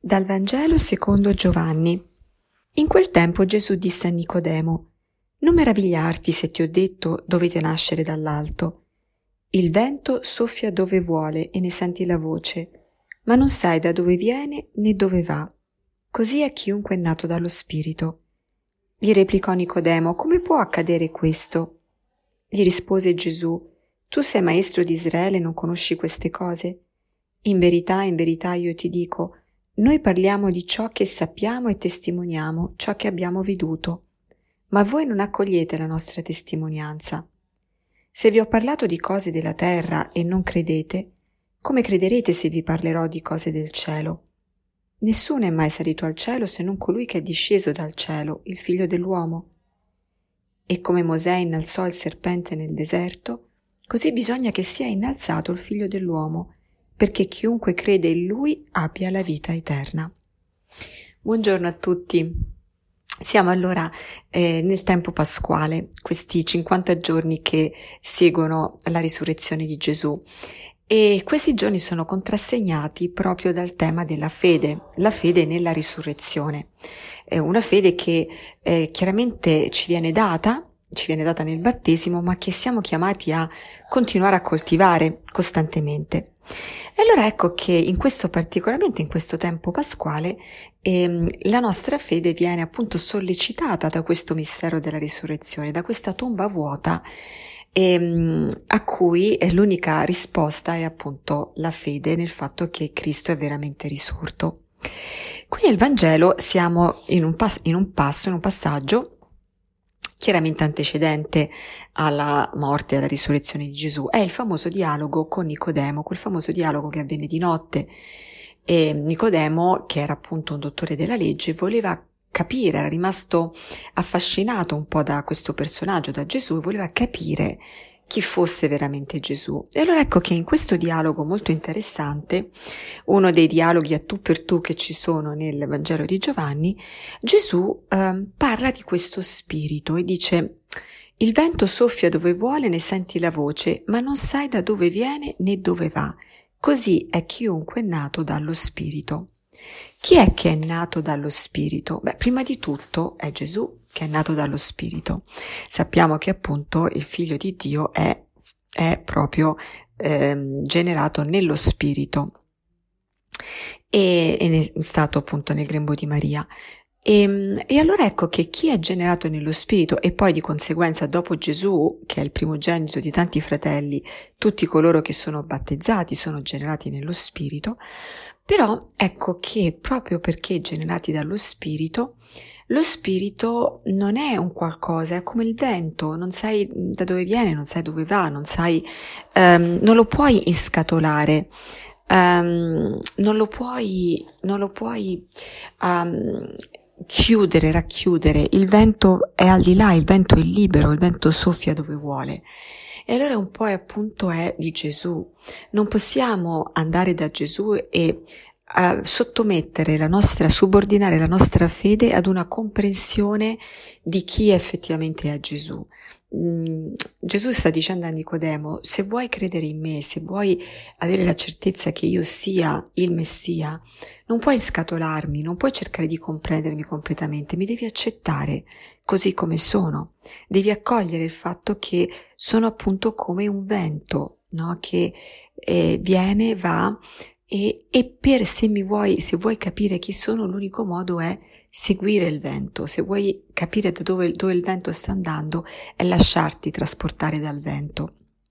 Dal Vangelo secondo Giovanni. In quel tempo Gesù disse a Nicodemo: «Non meravigliarti se ti ho detto dovete nascere dall'alto. Il vento soffia dove vuole e ne senti la voce, ma non sai da dove viene né dove va. Così è chiunque è nato dallo Spirito». Gli replicò Nicodemo: «Come può accadere questo?» Gli rispose Gesù: «Tu sei maestro di Israele e non conosci queste cose? In verità io ti dico, noi parliamo di ciò che sappiamo e testimoniamo ciò che abbiamo veduto, ma voi non accogliete la nostra testimonianza. Se vi ho parlato di cose della terra e non credete, come crederete se vi parlerò di cose del cielo? Nessuno è mai salito al cielo se non colui che è disceso dal cielo, il Figlio dell'uomo. E come Mosè innalzò il serpente nel deserto, così bisogna che sia innalzato il Figlio dell'uomo, perché chiunque crede in Lui abbia la vita eterna». Buongiorno a tutti. Siamo allora nel tempo pasquale, questi 50 giorni che seguono la risurrezione di Gesù. E questi giorni sono contrassegnati proprio dal tema della fede, la fede nella risurrezione. È una fede che chiaramente ci viene data nel battesimo, ma che siamo chiamati a continuare a coltivare costantemente. E allora ecco che particolarmente in questo tempo pasquale, la nostra fede viene appunto sollecitata da questo mistero della risurrezione, da questa tomba vuota, a cui l'unica risposta è appunto la fede nel fatto che Cristo è veramente risorto. Qui nel Vangelo siamo in un passaggio chiaramente antecedente alla morte e alla risurrezione di Gesù. È il famoso dialogo con Nicodemo, quel famoso dialogo che avvenne di notte. E Nicodemo, che era appunto un dottore della legge, voleva capire, era rimasto affascinato un po' da questo personaggio, da Gesù, e voleva capire chi fosse veramente Gesù. E allora ecco che in questo dialogo molto interessante, uno dei dialoghi a tu per tu che ci sono nel Vangelo di Giovanni, Gesù parla di questo spirito e dice: «Il vento soffia dove vuole, ne senti la voce, ma non sai da dove viene né dove va. Così è chiunque è nato dallo Spirito». Chi è che è nato dallo Spirito? Prima di tutto è Gesù, che è nato dallo Spirito. Sappiamo che appunto il Figlio di Dio è proprio generato nello Spirito e è stato appunto nel grembo di Maria. E allora ecco che chi è generato nello Spirito, e poi di conseguenza dopo Gesù, che è il primogenito di tanti fratelli, tutti coloro che sono battezzati sono generati nello Spirito. Però ecco che proprio perché generati dallo Spirito, lo Spirito non è un qualcosa, è come il vento, non sai da dove viene, non sai dove va, non lo puoi inscatolare, non lo puoi chiudere, racchiudere. Il vento è al di là, il vento è libero, il vento soffia dove vuole. E allora un po' è di Gesù. Non possiamo andare da Gesù e subordinare la nostra fede ad una comprensione di chi effettivamente è Gesù. Gesù sta dicendo a Nicodemo: se vuoi credere in me, se vuoi avere la certezza che io sia il Messia, non puoi scatolarmi, non puoi cercare di comprendermi completamente, mi devi accettare così come sono, devi accogliere il fatto che sono appunto come un vento, no? Che viene, va, e se vuoi capire chi sono, l'unico modo è seguire il vento. Se vuoi capire da dove il vento sta andando, è lasciarti trasportare dal vento.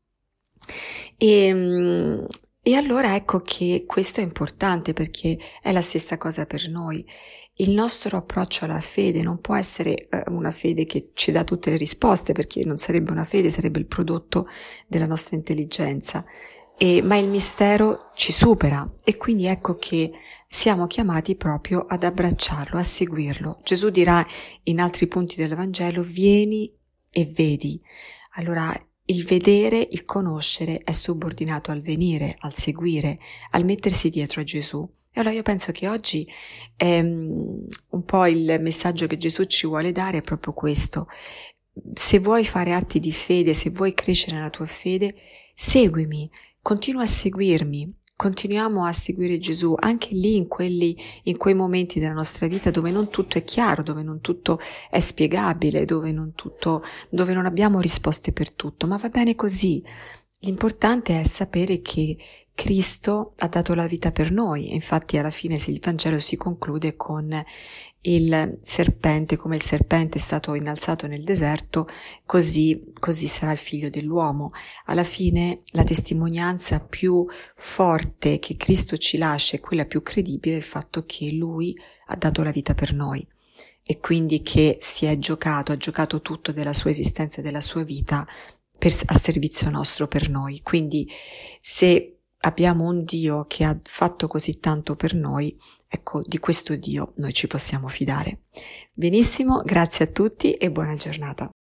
E allora ecco che questo è importante, perché è la stessa cosa per noi. Il nostro approccio alla fede non può essere una fede che ci dà tutte le risposte, perché non sarebbe una fede, sarebbe il prodotto della nostra intelligenza. Ma il mistero ci supera, e quindi ecco che siamo chiamati proprio ad abbracciarlo, a seguirlo. Gesù dirà in altri punti del Vangelo: vieni e vedi. Allora il vedere, il conoscere è subordinato al venire, al seguire, al mettersi dietro a Gesù. E allora io penso che oggi un po' il messaggio che Gesù ci vuole dare è proprio questo: se vuoi fare atti di fede, se vuoi crescere nella tua fede, seguimi, continua a seguirmi, continuiamo a seguire Gesù anche lì in quei momenti della nostra vita dove non tutto è chiaro, dove non tutto è spiegabile, dove non abbiamo risposte per tutto, ma va bene così. L'importante è sapere che Cristo ha dato la vita per noi, e infatti alla fine il Vangelo si conclude con il serpente, come il serpente è stato innalzato nel deserto, così sarà il figlio dell'uomo. Alla fine la testimonianza più forte che Cristo ci lascia, e quella più credibile, è il fatto che Lui ha dato la vita per noi, e quindi che ha giocato tutto della sua esistenza e della sua vita a servizio nostro per noi. Quindi se abbiamo un Dio che ha fatto così tanto per noi, ecco, di questo Dio noi ci possiamo fidare. Benissimo, grazie a tutti e buona giornata.